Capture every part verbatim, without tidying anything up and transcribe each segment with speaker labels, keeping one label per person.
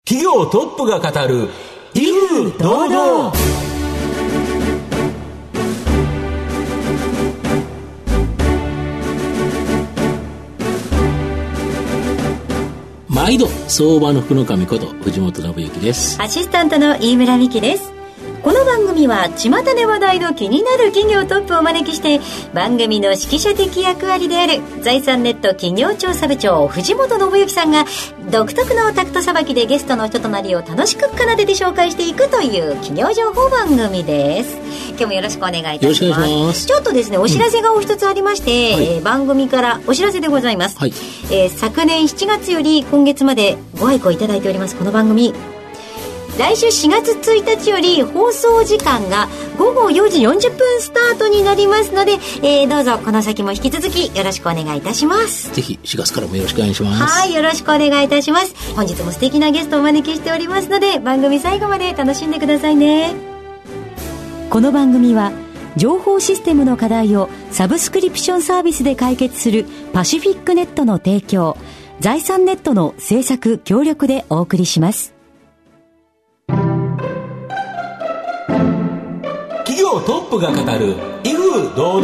Speaker 1: 企業トップが語る威風堂々。
Speaker 2: 毎度相場の福の神こと藤本信之です。
Speaker 3: アシスタントの飯村美希です。この番組は巷で話題の気になる企業トップをお招きして番組の指揮者的役割である財産ネット企業調査部長藤本信之さんが独特のタクトさばきでゲストの人となりを楽しく奏でて紹介していくという企業情報番組です。今日もよろしくお願いいたします。
Speaker 2: よろしくお願いします。
Speaker 3: ちょっとですねお知らせがお一つありまして、うんはいえー、番組からお知らせでございます、はいえー、昨年しちがつより今月までご愛顧いただいておりますこの番組、来週しがつついたちより放送時間がごごよじよんじゅっぷんスタートになりますので、えー、どうぞこの先も引き続きよろしくお願いいたします。
Speaker 2: ぜひしがつからもよろしくお願いします。
Speaker 3: はい、よろしくお願いいたします。本日も素敵なゲストをお招きしておりますので番組最後まで楽しんでくださいね。この番組は情報システムの課題をサブスクリプションサービスで解決するパシフィックネットの提供、財産ネットの制作協力でお送りします。
Speaker 1: 企業トップが語る威風堂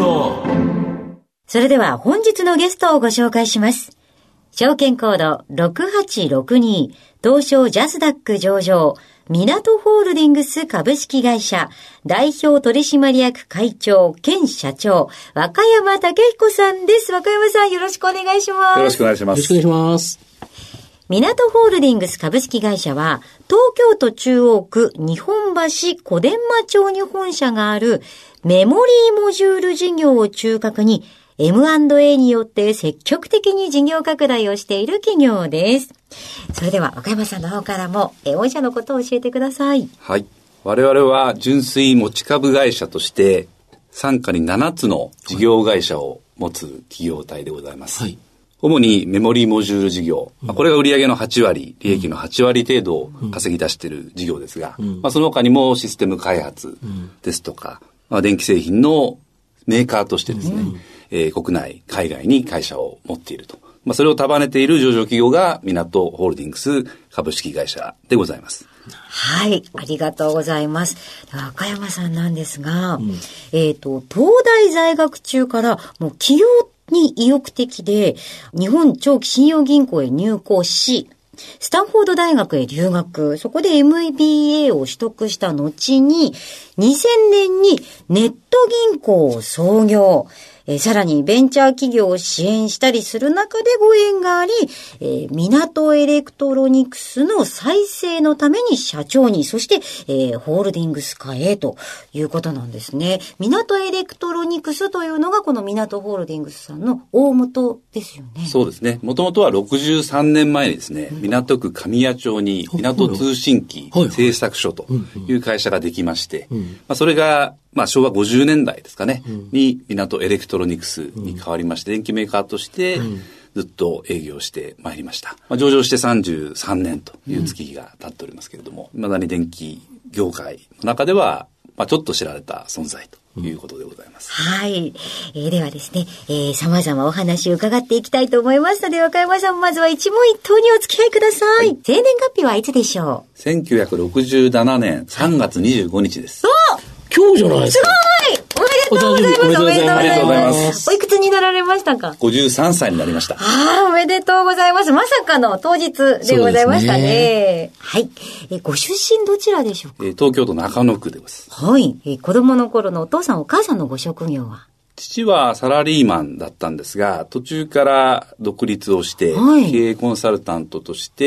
Speaker 1: 々。
Speaker 3: それでは本日のゲストをご紹介します。証券コードろくはちろくに東証ジャスダック上場港ホールディングス株式会社代表取締役会長兼社長若山武彦さんです。若山さんよろしくお願いします。
Speaker 4: よろしくお願いします。
Speaker 2: よろしくお願いします。
Speaker 3: 港ホールディングス株式会社は東京都中央区日本橋小伝馬町に本社があるメモリーモジュール事業を中核に エムアンドエー によって積極的に事業拡大をしている企業です。それでは若山さんの方からも御社のことを教えてください。
Speaker 4: はい。我々は純粋持ち株会社として傘下にななつの事業会社を持つ企業体でございます。はい。主にメモリーモジュール事業、うん、これが売上のはちわり、利益のはちわり程度を稼ぎ出している事業ですが、うんまあ、その他にもシステム開発ですとか、まあ、電気製品のメーカーとしてですね、うんえー、国内、海外に会社を持っていると。まあ、それを束ねている上場企業が港ホールディングス株式会社でございます。
Speaker 3: はい、ありがとうございます。若山さんなんですが、うん、えっと、東大在学中からもう企業に意欲的で、日本長期信用銀行へ入行し、スタンフォード大学へ留学、そこで エムビーエー を取得した後に、にせんねんにネット銀行を創業。えー、さらにベンチャー企業を支援したりする中でご縁があり、えー、港エレクトロニクスの再生のために社長に、そして、えー、ホールディングス化へということなんですね。港エレクトロニクスというのがこの港ホールディングスさんの大元ですよね。
Speaker 4: そうですね。もともとはろくじゅうさんねんまえにですね、うん、港区神谷町に港通信機製作所という会社ができまして、うんうんまあ、それがまあ、昭和ごじゅうねんだいですかね、うん、に港エレクトロニクスに変わりまして、うん、電機メーカーとしてずっと営業してまいりました。まあ、上場してさんじゅうさんねんという月日が経っておりますけれども、いまだに電気業界の中では、まあ、ちょっと知られた存在ということでございます。
Speaker 3: うん、はい。えー、ではですね、えー、様々お話を伺っていきたいと思いますので、若山さん、まずは一問一答にお付き合いください。はい、生年月日はいつでしょう？
Speaker 4: せんきゅうひゃくろくじゅうななねんさんがつにじゅうごにちです。
Speaker 3: お
Speaker 2: 今日じゃないですか。
Speaker 3: すごいおめでとうございます。おめでとうございます。おいくつになられましたか？
Speaker 4: ごじゅうさんさいになりました。
Speaker 3: ああ、おめでとうございます。まさかの当日でございました ね, ね。はい。え、ご出身どちらでしょうか？
Speaker 4: え東京都中野区でございます。
Speaker 3: はい。え子供の頃のお父さんお母さんのご職業は？
Speaker 4: 父はサラリーマンだったんですが、途中から独立をして、はい、経営コンサルタントとして、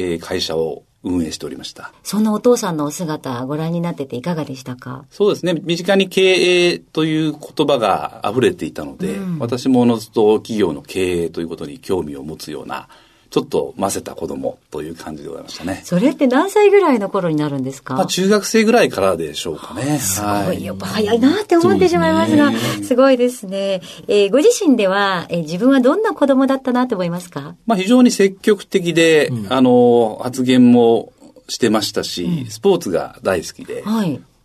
Speaker 4: えー、会社を運営しておりました。
Speaker 3: そんなお父さんのお姿ご覧になってていかがでしたか？
Speaker 4: そうですね。身近に経営という言葉が溢れていたので、うん、私もおのずと企業の経営ということに興味を持つような、ちょっとませた子供という感じでございましたね。
Speaker 3: それって何歳ぐらいの頃になるんですか？
Speaker 4: まあ、中学生ぐらいからでしょうかね。
Speaker 3: すごい、やっぱ早いなって思ってしまいますが、す, すごいですね。えー、ご自身では、えー、自分はどんな子供だったなと思いますか？
Speaker 4: まあ、非常に積極的で、うん、あの、発言もしてましたし、うん、スポーツが大好きで、
Speaker 3: はい、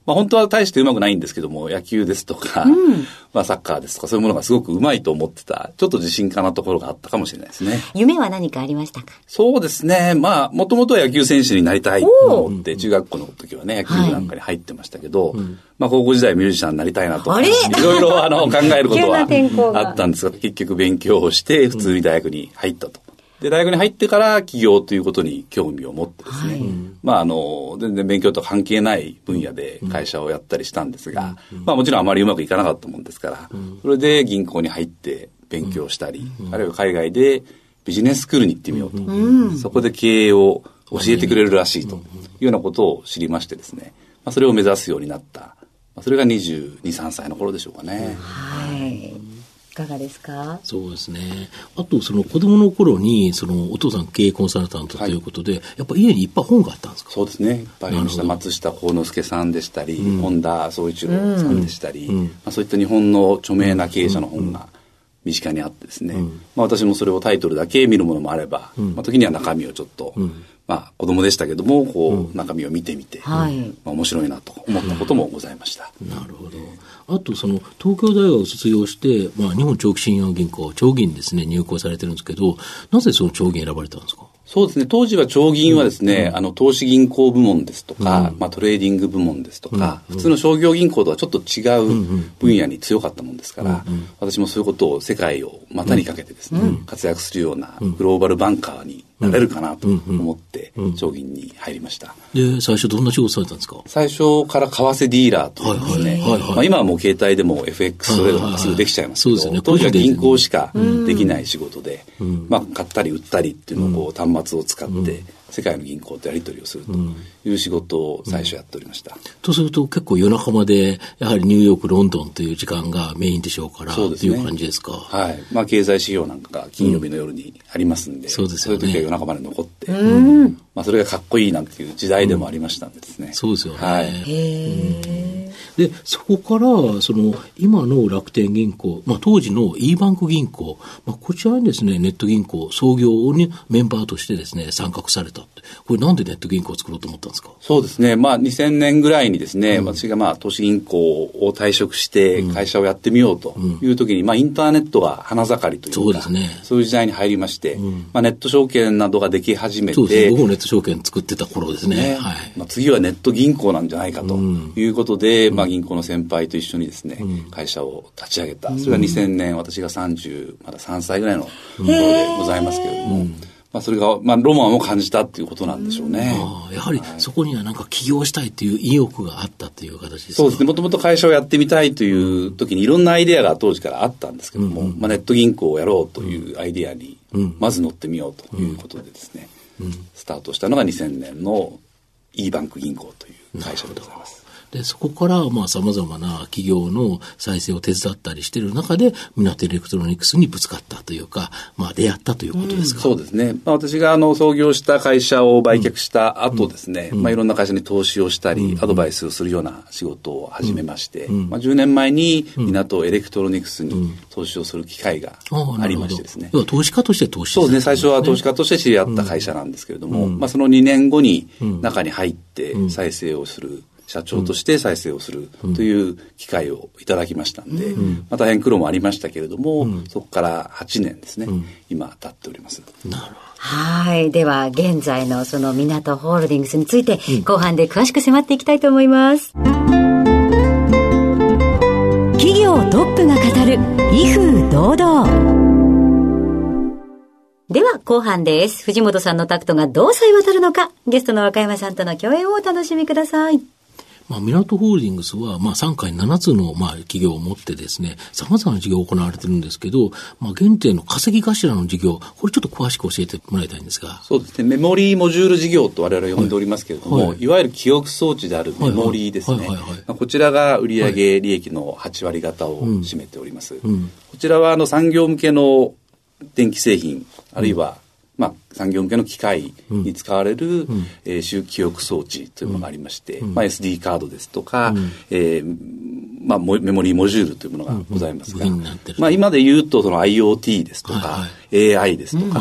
Speaker 4: まあ、本当は大してうまくないんですけども、野球ですとか、うん、まあ、サッカーですとか、そういうものがすごくうまいと思ってた、ちょっと自信家なところがあったかもしれないですね。
Speaker 3: 夢は何かありましたか？
Speaker 4: そうですね。まあ、もともとは野球選手になりたいと思って、中学校の時はね、野球部なんかに入ってましたけど、はい、まあ、高校時代ミュージシャンになりたいなとか、いろいろあの考えることはあったんですが、結局勉強をして、普通に大学に入ったと。で、大学に入ってから起業ということに興味を持ってですね、はい、まあ、あの、全然勉強と関係ない分野で会社をやったりしたんですが、うん、まあ、もちろんあまりうまくいかなかったもんですから、うん、それで銀行に入って勉強したり、うん、あるいは海外でビジネススクールに行ってみようと、うん、そこで経営を教えてくれるらしいというようなことを知りましてですね、まあ、それを目指すようになった。それがにじゅうに、さんさいの頃でしょうかね。
Speaker 3: はい。いかがですか？
Speaker 2: そうですね。あと、その子供の頃に、そのお父さん経営コンサルタントということで、はい、やっぱ家にいっぱい本があったんですか？
Speaker 4: そうですね。いっぱいありました。松下幸之助さんでしたり、うん、本田宗一郎さんでしたり、うんうんまあ、そういった日本の著名な経営者の本が身近にあってですね、うんまあ、私もそれをタイトルだけ見るものもあれば、うんまあ、時には中身をちょっと、うんまあ、子供でしたけどもこう、うん、中身を見てみて、はいまあ、面白いなと思ったこともございました、
Speaker 2: うん、なるほど。あとその東京大学を卒業して、まあ、日本長期信用銀行長銀ですね入行されてるんですけど、なぜその長銀選ばれたんですか？
Speaker 4: そうですね。当時は長銀はですね、うん、あの投資銀行部門ですとか、うんまあ、トレーディング部門ですとか、うん、普通の商業銀行とはちょっと違う分野に強かったもんですから、うんうん、私もそういうことを世界を股にかけてですね、うん、活躍するようなグローバルバンカーになれるかなと思って長銀に入りました。
Speaker 2: で、最初どんな仕事されたんですか？
Speaker 4: 最初から為替ディーラーというですね、はいはいはいはいまあ、今はもう携帯でも エフエックス トレードがすぐできちゃいますけど、はいはいはい、当時は銀行しかできない仕事で、うんまあ、買ったり売ったりっていうのをこう端末を使って、うん世界の銀行とやり取りをするという仕事を最初やっておりました、うんうん、
Speaker 2: とすると結構夜中までやはりニューヨークロンドンという時間がメインでしょうからそうですね、という感じですか？
Speaker 4: はいまあ、経済指標なんかが金曜日の夜にありますんで、うん、そうですよね、そういう時は夜中まで残って、うんまあ、それがかっこいいなんていう時代でもありましたんでですね、うん、
Speaker 2: そうですよね、
Speaker 4: はい、
Speaker 2: へでそこからその今の楽天銀行、まあ、当時の E バンク銀行、まあ、こちらにですねネット銀行創業にメンバーとしてですね参画されたって、これなんでネット銀行を作ろうと思ったんですか？
Speaker 4: そうですね、まあ、にせんねんぐらいにですね、うん、私がまあ投資銀行を退職して会社をやってみようという時に、うんまあ、インターネットが花盛りというかそうですね、そういう時代に入りまして、うんまあ、ネット証券などができ始めて、
Speaker 2: そうですね、僕もネット証券作ってた頃ですね、ねはい
Speaker 4: まあ、次はネット銀行なんじゃないかということで、うんまあ、銀行の先輩と一緒にですね、うん、会社を立ち上げた。それがにせんねん、私がさんじゅうまださんさいぐらいの頃でございますけれども、うんまあ、それが、まあ、ロマンを感じたっていうことなんでしょうね。
Speaker 2: あやはりそこにはなんか起業したいという意欲があったという形ですか？
Speaker 4: そうですね。もともと会社をやってみたいという時にいろんなアイデアが当時からあったんですけども、うんうんまあ、ネット銀行をやろうというアイデアにまず乗ってみようということでですね、うんうん、スタートしたのがにせんねんの E バンク銀行という会社でございます。
Speaker 2: でそこからまあ様々な企業の再生を手伝ったりしている中で港エレクトロニクスにぶつかったというか、まあ、出会ったということですか？
Speaker 4: うん、そうですね、まあ、私があの創業した会社を売却した後ですね、うんまあ、いろんな会社に投資をしたり、うん、アドバイスをするような仕事を始めまして、うんまあ、じゅうねんまえに港エレクトロニクスに投資をする機会がありましてですね、
Speaker 2: 要は投資家として投資
Speaker 4: そうですね、最初は投資家として知り合った会社なんですけれども、うんまあ、そのにねんごに中に入って再生をする社長として再生をするという機会をいただきましたんで、うん、まあ、大変苦労もありましたけれども、うん、そこからはちねんですね、うん、今経っております。
Speaker 2: なるほど。
Speaker 3: はい。では現在のその港ホールディングスについて後半で詳しく迫っていきたいと思います。企業トップが語る威風堂々。では後半です。藤本さんのタクトがどうさえ渡るのか、ゲストの若山さんとの共演をお楽しみください。
Speaker 2: まあ、港ホールディングスは、まあ、傘下にななつの、まあ、企業を持ってですね、様々な事業が行われてるんですけど、まあ、現在の稼ぎ頭の事業、これちょっと詳しく教えてもらいたいんですが。
Speaker 4: そうですね、メモリーモジュール事業と我々呼んでおりますけれども、はいはい、いわゆる記憶装置であるメモリーですね。こちらが売上利益のはちわり方を占めております。はいうん、こちらはあの産業向けの電気製品、あるいは、うんまあ、産業向けの機械に使われる、うんえー、周期記憶装置というものがありまして、うんまあ、エスディー カードですとか、うんえーまあ、メモリーモジュールというものがございますが、うんうんまあ、今で言うとその アイオーティー ですとか、はいはい、エーアイ ですとか、うんはい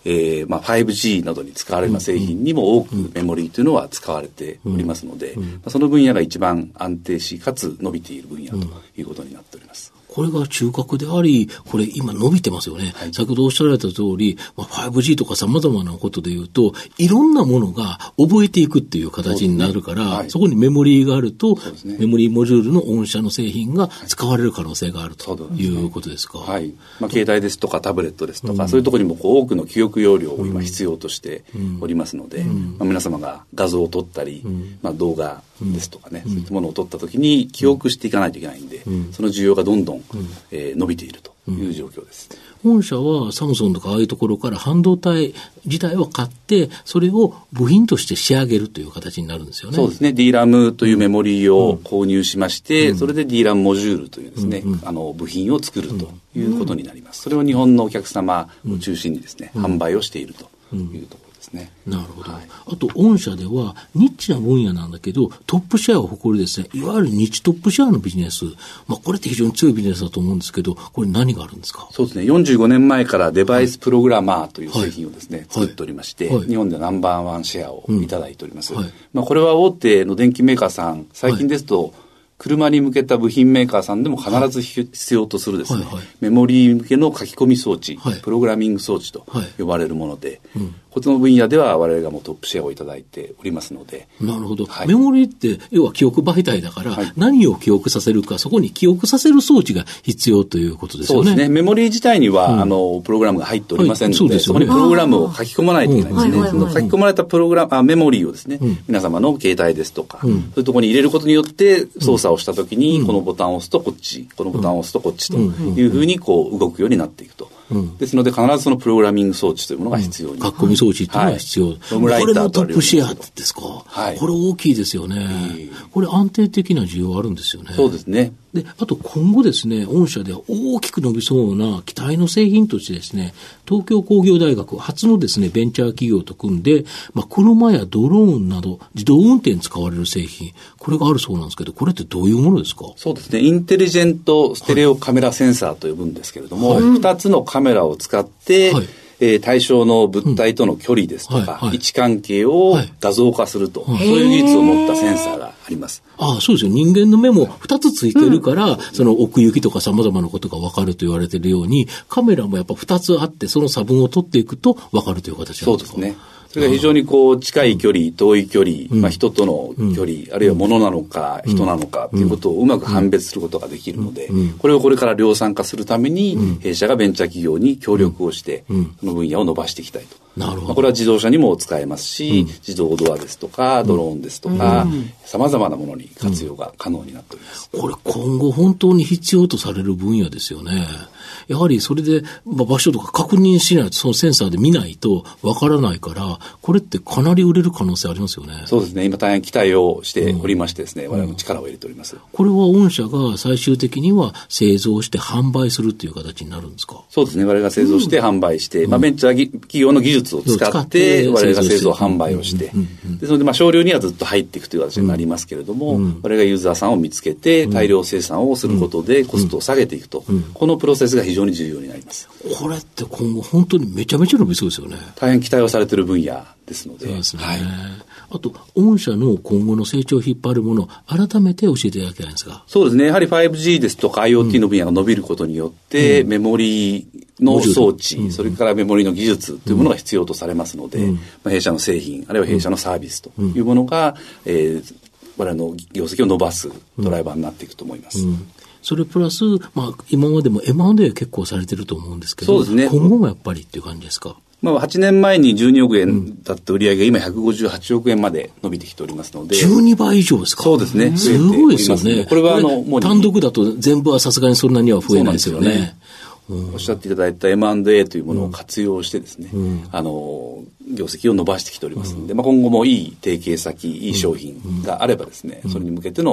Speaker 4: えー、まあ ファイブジー などに使われる製品にも多くメモリーというのは使われておりますので、まあ、その分野が一番安定しかつ伸びている分野ということになっております。
Speaker 2: これが中核であり、これ今伸びてますよね。はい、先ほどおっしゃられた通り、まあ、ファイブジー とか様々なことで言うと、いろんなものが覚えていくっていう形になるから、そ, ねはい、そこにメモリーがあると、ね、メモリーモジュールの御社の製品が使われる可能性があるということですか。
Speaker 4: はい。まあ、携帯ですとかタブレットですとか、うん、そういうところにもこう多くの記憶容量を今必要としておりますので、うんうんまあ、皆様が画像を撮ったり、うんまあ、動画ですとかね、うん、そういったものを撮ったときに記憶していかないといけないんで、うん、その需要がどんどん、うんえー、伸びているという状況です。
Speaker 2: うん、本社はサムソンとかああいうところから半導体自体を買って、それを部品として仕上げるという形になるんですよね。
Speaker 4: そうですね。ディーラム というメモリーを購入しまして、うん、それで ディーラム モジュールというですね、うんうん、あの部品を作るということになります。それを日本のお客様を中心にですね、うん、販売をしているというところ。ね、
Speaker 2: なるほど、はい、あと御社ではニッチな分野なんだけどトップシェアを誇るですねいわゆるニッチトップシェアのビジネス、まあ、これって非常に強いビジネスだと思うんですけどこれ何があるんですか。
Speaker 4: そうですねよんじゅうごねんまえからデバイスプログラマーという製品をですね、はい、作っておりまして、はい、日本でナンバーワンシェアをいただいております、うんはいまあ、これは大手の電機メーカーさん最近ですと、はい車に向けた部品メーカーさんでも必ず必要とするですね、はいはいはい、メモリー向けの書き込み装置、はい、プログラミング装置と呼ばれるもので、はいうんこの分野では我々がもうトップシェアをいただいておりますので。
Speaker 2: なるほど。はい、メモリーって要は記憶媒体だから、はい、何を記憶させるか、そこに記憶させる装置が必要ということですよね。
Speaker 4: そうですね。メモリー自体には、うん、あのプログラムが入っておりませんので、はい、 そ, でね、そこにプログラムを書き込まないといけないんですね。その書き込まれたプログラム、あメモリーをですね、うん、皆様の携帯ですとか、うん、そういうところに入れることによって操作をしたときに、うん、このボタンを押すとこっち、このボタンを押すとこっちというふうにこう動くようになっていくと。うん、ですので必ずそのプログラミング装置というものが必要に、うん、
Speaker 2: 書き込み装置というのが必要、はい、これもトップシェアですか、はい、これ大きいですよね、えー、これ安定的な需要あるんですよね。
Speaker 4: そうですね。
Speaker 2: であと今後ですね御社では大きく伸びそうな期待の製品としてですね東京工業大学初のですねベンチャー企業と組んで、まあ、車やドローンなど自動運転に使われる製品これがあるそうなんですけどこれってどういうものですか。
Speaker 4: そうですねインテリジェントステレオカメラセンサーと呼ぶんですけれども、はい、ふたつのカメラを使って、はいえー、対象の物体との距離ですとか、うんはいはい、位置関係を画像化すると、はい、そういう技術を持ったセンサーがあります。
Speaker 2: ああそうですよ人間の目もふたつついてるから、うん、その奥行きとか様々なことが分かると言われているようにカメラもやっぱふたつあってその差分を取っていくと分かるという形なんですか。
Speaker 4: そうですね。それが非常にこう近い距離、遠い距離、うんまあ、人との距離、うん、あるいは物なのか、うん、人なのかということをうまく判別することができるので、うん、これをこれから量産化するために、うん、弊社がベンチャー企業に協力をして、うん、その分野を伸ばしていきたいと。
Speaker 2: なるほど。
Speaker 4: まあ、これは自動車にも使えますし、うん、自動ドアですとか、ドローンですとか、さまざまなものに活用が可能になっております。
Speaker 2: これ今後本当に必要とされる分野ですよね。やはりそれで、まあ、場所とか確認しないとそのセンサーで見ないとわからないからこれってかなり売れる可能性ありますよね。
Speaker 4: そうですね今大変期待をしておりましてですね、うん、我々も力を入れております。
Speaker 2: これは御社が最終的には製造して販売するという形になるんですか。
Speaker 4: そうですね我々が製造して販売して、うんまあ、ベンチャー企業の技術を使って我々が製造販売をして、ですのでまあ少量にはずっと入っていくという形になりますけれども、うん、我々がユーザーさんを見つけて大量生産をすることでコストを下げていくと、うんうん、このプロセスが非常に重要になります。
Speaker 2: これって今後本当にめちゃめちゃ伸びそうですよね。
Speaker 4: 大変期待をされている分野ですので。
Speaker 2: そうですね。はい、あと御社の今後の成長を引っ張るものを改めて教えていただきたいんですが。
Speaker 4: そうですねやはり ファイブジー ですとか IoT の分野が伸びることによって、うん、メモリーの装置、うん、それからメモリーの技術というものが必要とされますので、うんまあ、弊社の製品あるいは弊社のサービスというものが、うんえー、我々の業績を伸ばすドライバーになっていくと思います。うんうん
Speaker 2: それプラス、まあ、今までも エムアンドエー 結構されてると思うんですけど、
Speaker 4: そうですね、
Speaker 2: 今後もやっぱりっていう感じですか。
Speaker 4: まあ、はちねんまえにじゅうにおくえんだった売上が今ひゃくごじゅうはちおくえんまで伸びてきておりますので。
Speaker 2: じゅうにばい以上ですか。
Speaker 4: そうですね。
Speaker 2: すごいですよね。
Speaker 4: これはあの、
Speaker 2: もう単独だと全部はさすがにそんなには増えないですよね。
Speaker 4: うん、おっしゃっていただいた エムアンドエー というものを活用してですね、うん、あの業績を伸ばしてきておりますので、うんまあ、今後もいい提携先いい商品があればですね、うん、それに向けての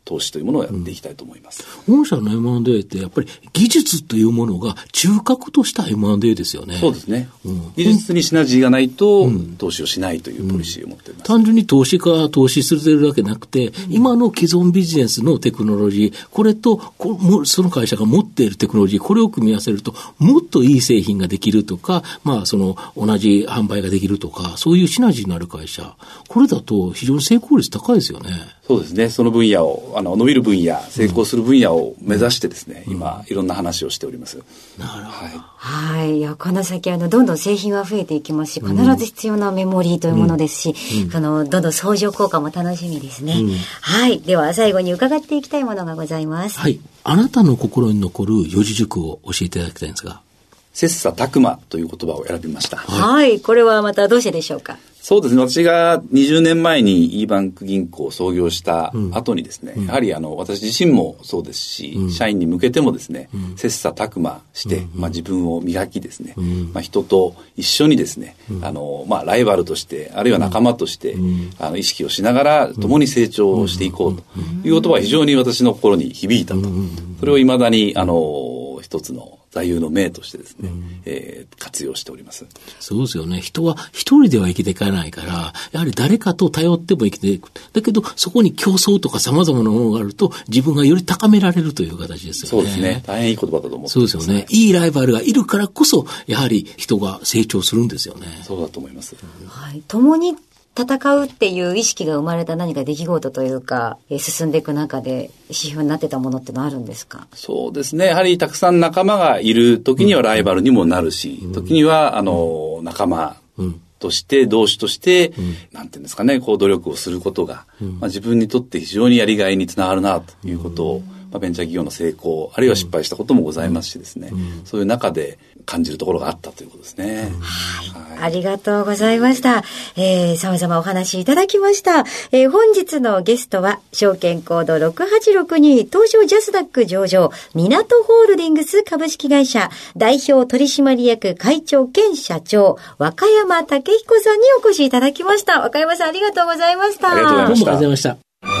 Speaker 4: 投資というものをやっていきたいと思います。
Speaker 2: うん、御社の エムアンドエー ってやっぱり技術というものが中核とした エムアンドエー ですよね。
Speaker 4: そうですね。うん、技術にシナジーがないと投資をしないというポリシーを持っています。
Speaker 2: うんうん、単純に投資家投資するだけなくて、うん、今の既存ビジネスのテクノロジー、これとこもその会社が持っているテクノロジー、これを組み合わせるともっといい製品ができるとか、まあその同じ販売ができるとか、そういうシナジーになる会社、これだと非常に成功率高いですよね。
Speaker 4: そうですね。その分野を、あの、伸びる分野、成功する分野を目指してですね、うん、今、いろんな話をしております。
Speaker 3: なるほど。はい。はい。いや、この先、あの、どんどん製品は増えていきますし、必ず必要なメモリーというものですし、うん、あの、どんどん相乗効果も楽しみですね。うん、はい。では、最後に伺っていきたいものがございます。
Speaker 2: はい。あなたの心に残る四字熟語を教えていただきたいんですが。
Speaker 4: 切磋琢磨という言葉を選びました。
Speaker 3: はい。はい、これはまたどうしてでしょうか。
Speaker 4: そうですね。私がにじゅうねんまえに E バンク銀行を創業した後にですね、うん、やはりあの、私自身もそうですし、うん、社員に向けてもですね、うん、切磋琢磨して、うん、まあ自分を磨きですね、うん、まあ人と一緒にですね、うん、あの、まあライバルとして、あるいは仲間として、うん、あの、意識をしながら共に成長していこうということは非常に私の心に響いたと。それを未だに、あの、一つの座右の銘としてですね、うんえー、活用しております。
Speaker 2: そうですよね。人は一人では生きていかないから、やはり誰かと頼っても生きていく。だけど、そこに競争とか様々なものがあると、自分がより高められるという形ですよね。
Speaker 4: そうですね。大変いい言葉だと思ってます。
Speaker 2: そうですよね。いいライバルがいるからこそ、やはり人が成長するんですよね。
Speaker 4: そうだと思います。
Speaker 3: はい。共に戦うっていう意識が生まれた何か出来事というか、えー、進んでいく中で指標になってたものってのあるんですか？
Speaker 4: そうですね。やはりたくさん仲間がいる時にはライバルにもなるし、うん、時には、あの、仲間として、同志として、うん、なんていうんですかね、こう努力をすることが、うんまあ、自分にとって非常にやりがいにつながるなということを、うんまあ、ベンチャー企業の成功、あるいは失敗したこともございますしですね、うん、そういう中で感じるところがあったということですね。
Speaker 3: うんはいはい、ありがとうございました。えー、様々お話いただきました。えー、本日のゲストは、証券コードろくはちろくに東証ジャスダック上場、港ホールディングス株式会社、代表取締役会長兼社長、若山武彦さんにお越しいただきました。若山さんありがとうございました。
Speaker 4: ありがとうございました。
Speaker 2: どうもありがとうございました。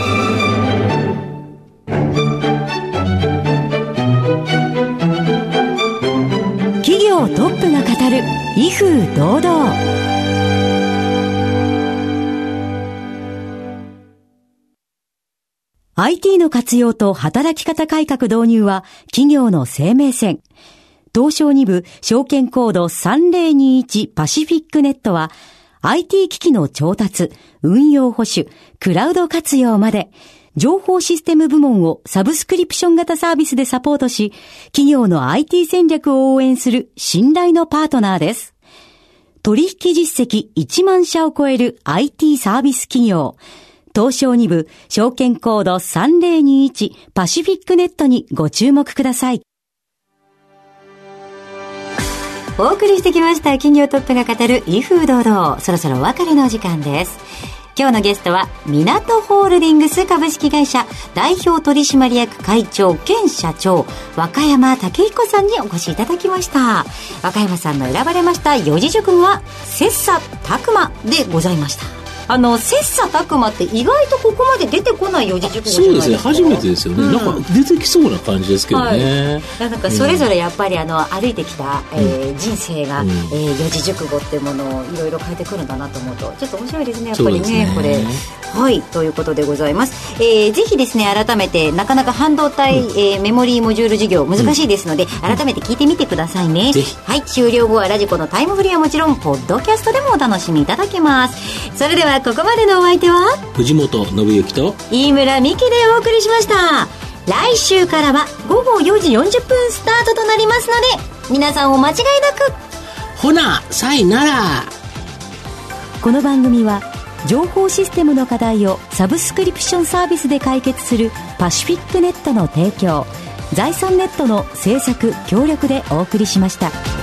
Speaker 3: 企業トップが語る威風堂々。アイティー の活用と働き方改革導入は企業の生命線。東証に部証券コードさんぜろにいちパシフィックネットは アイティー 機器の調達、運用保守、クラウド活用まで情報システム部門をサブスクリプション型サービスでサポートし、企業の アイティー 戦略を応援する信頼のパートナーです。取引実績いちまん社を超える アイティー サービス企業。東証に部証券コードさんぜろにいちパシフィックネットにご注目ください。お送りしてきました企業トップが語る威風堂々。そろそろお別れのお時間です。今日のゲストは港ホールディングス株式会社代表取締役会長兼社長若山武彦さんにお越しいただきました。若山さんの選ばれました四字熟語は切磋琢磨でございました。あの切磋琢磨って意外とここまで出てこない四字熟語じゃないですか。
Speaker 2: そうですね、初めてですよね、うん、なんか出てきそうな感じですけどね、
Speaker 3: はい、なんかそれぞれやっぱりあの歩いてきた、うんえー、人生が、うんえー、四字熟語っていうものをいろいろ変えてくるんだなと思うとちょっと面白いですねやっぱり ね, ねこれはいということでございます、えー、ぜひですね改めてなかなか半導体、うんえー、メモリーモジュール事業難しいですので、うん、改めて聞いてみてくださいね、うん、はい終了後はラジコのタイムフリーはもちろんポッドキャストでもお楽しみいただけます。それではここまでのお相手は
Speaker 2: 藤本信之と
Speaker 3: 飯村美希でお送りしました。来週からはごごよじよんじゅっぷんスタートとなりますので皆さんお間違いなく。
Speaker 2: ほなさいなら。
Speaker 3: この番組は情報システムの課題をサブスクリプションサービスで解決するパシフィックネットの提供、財産ネットの制作協力でお送りしました。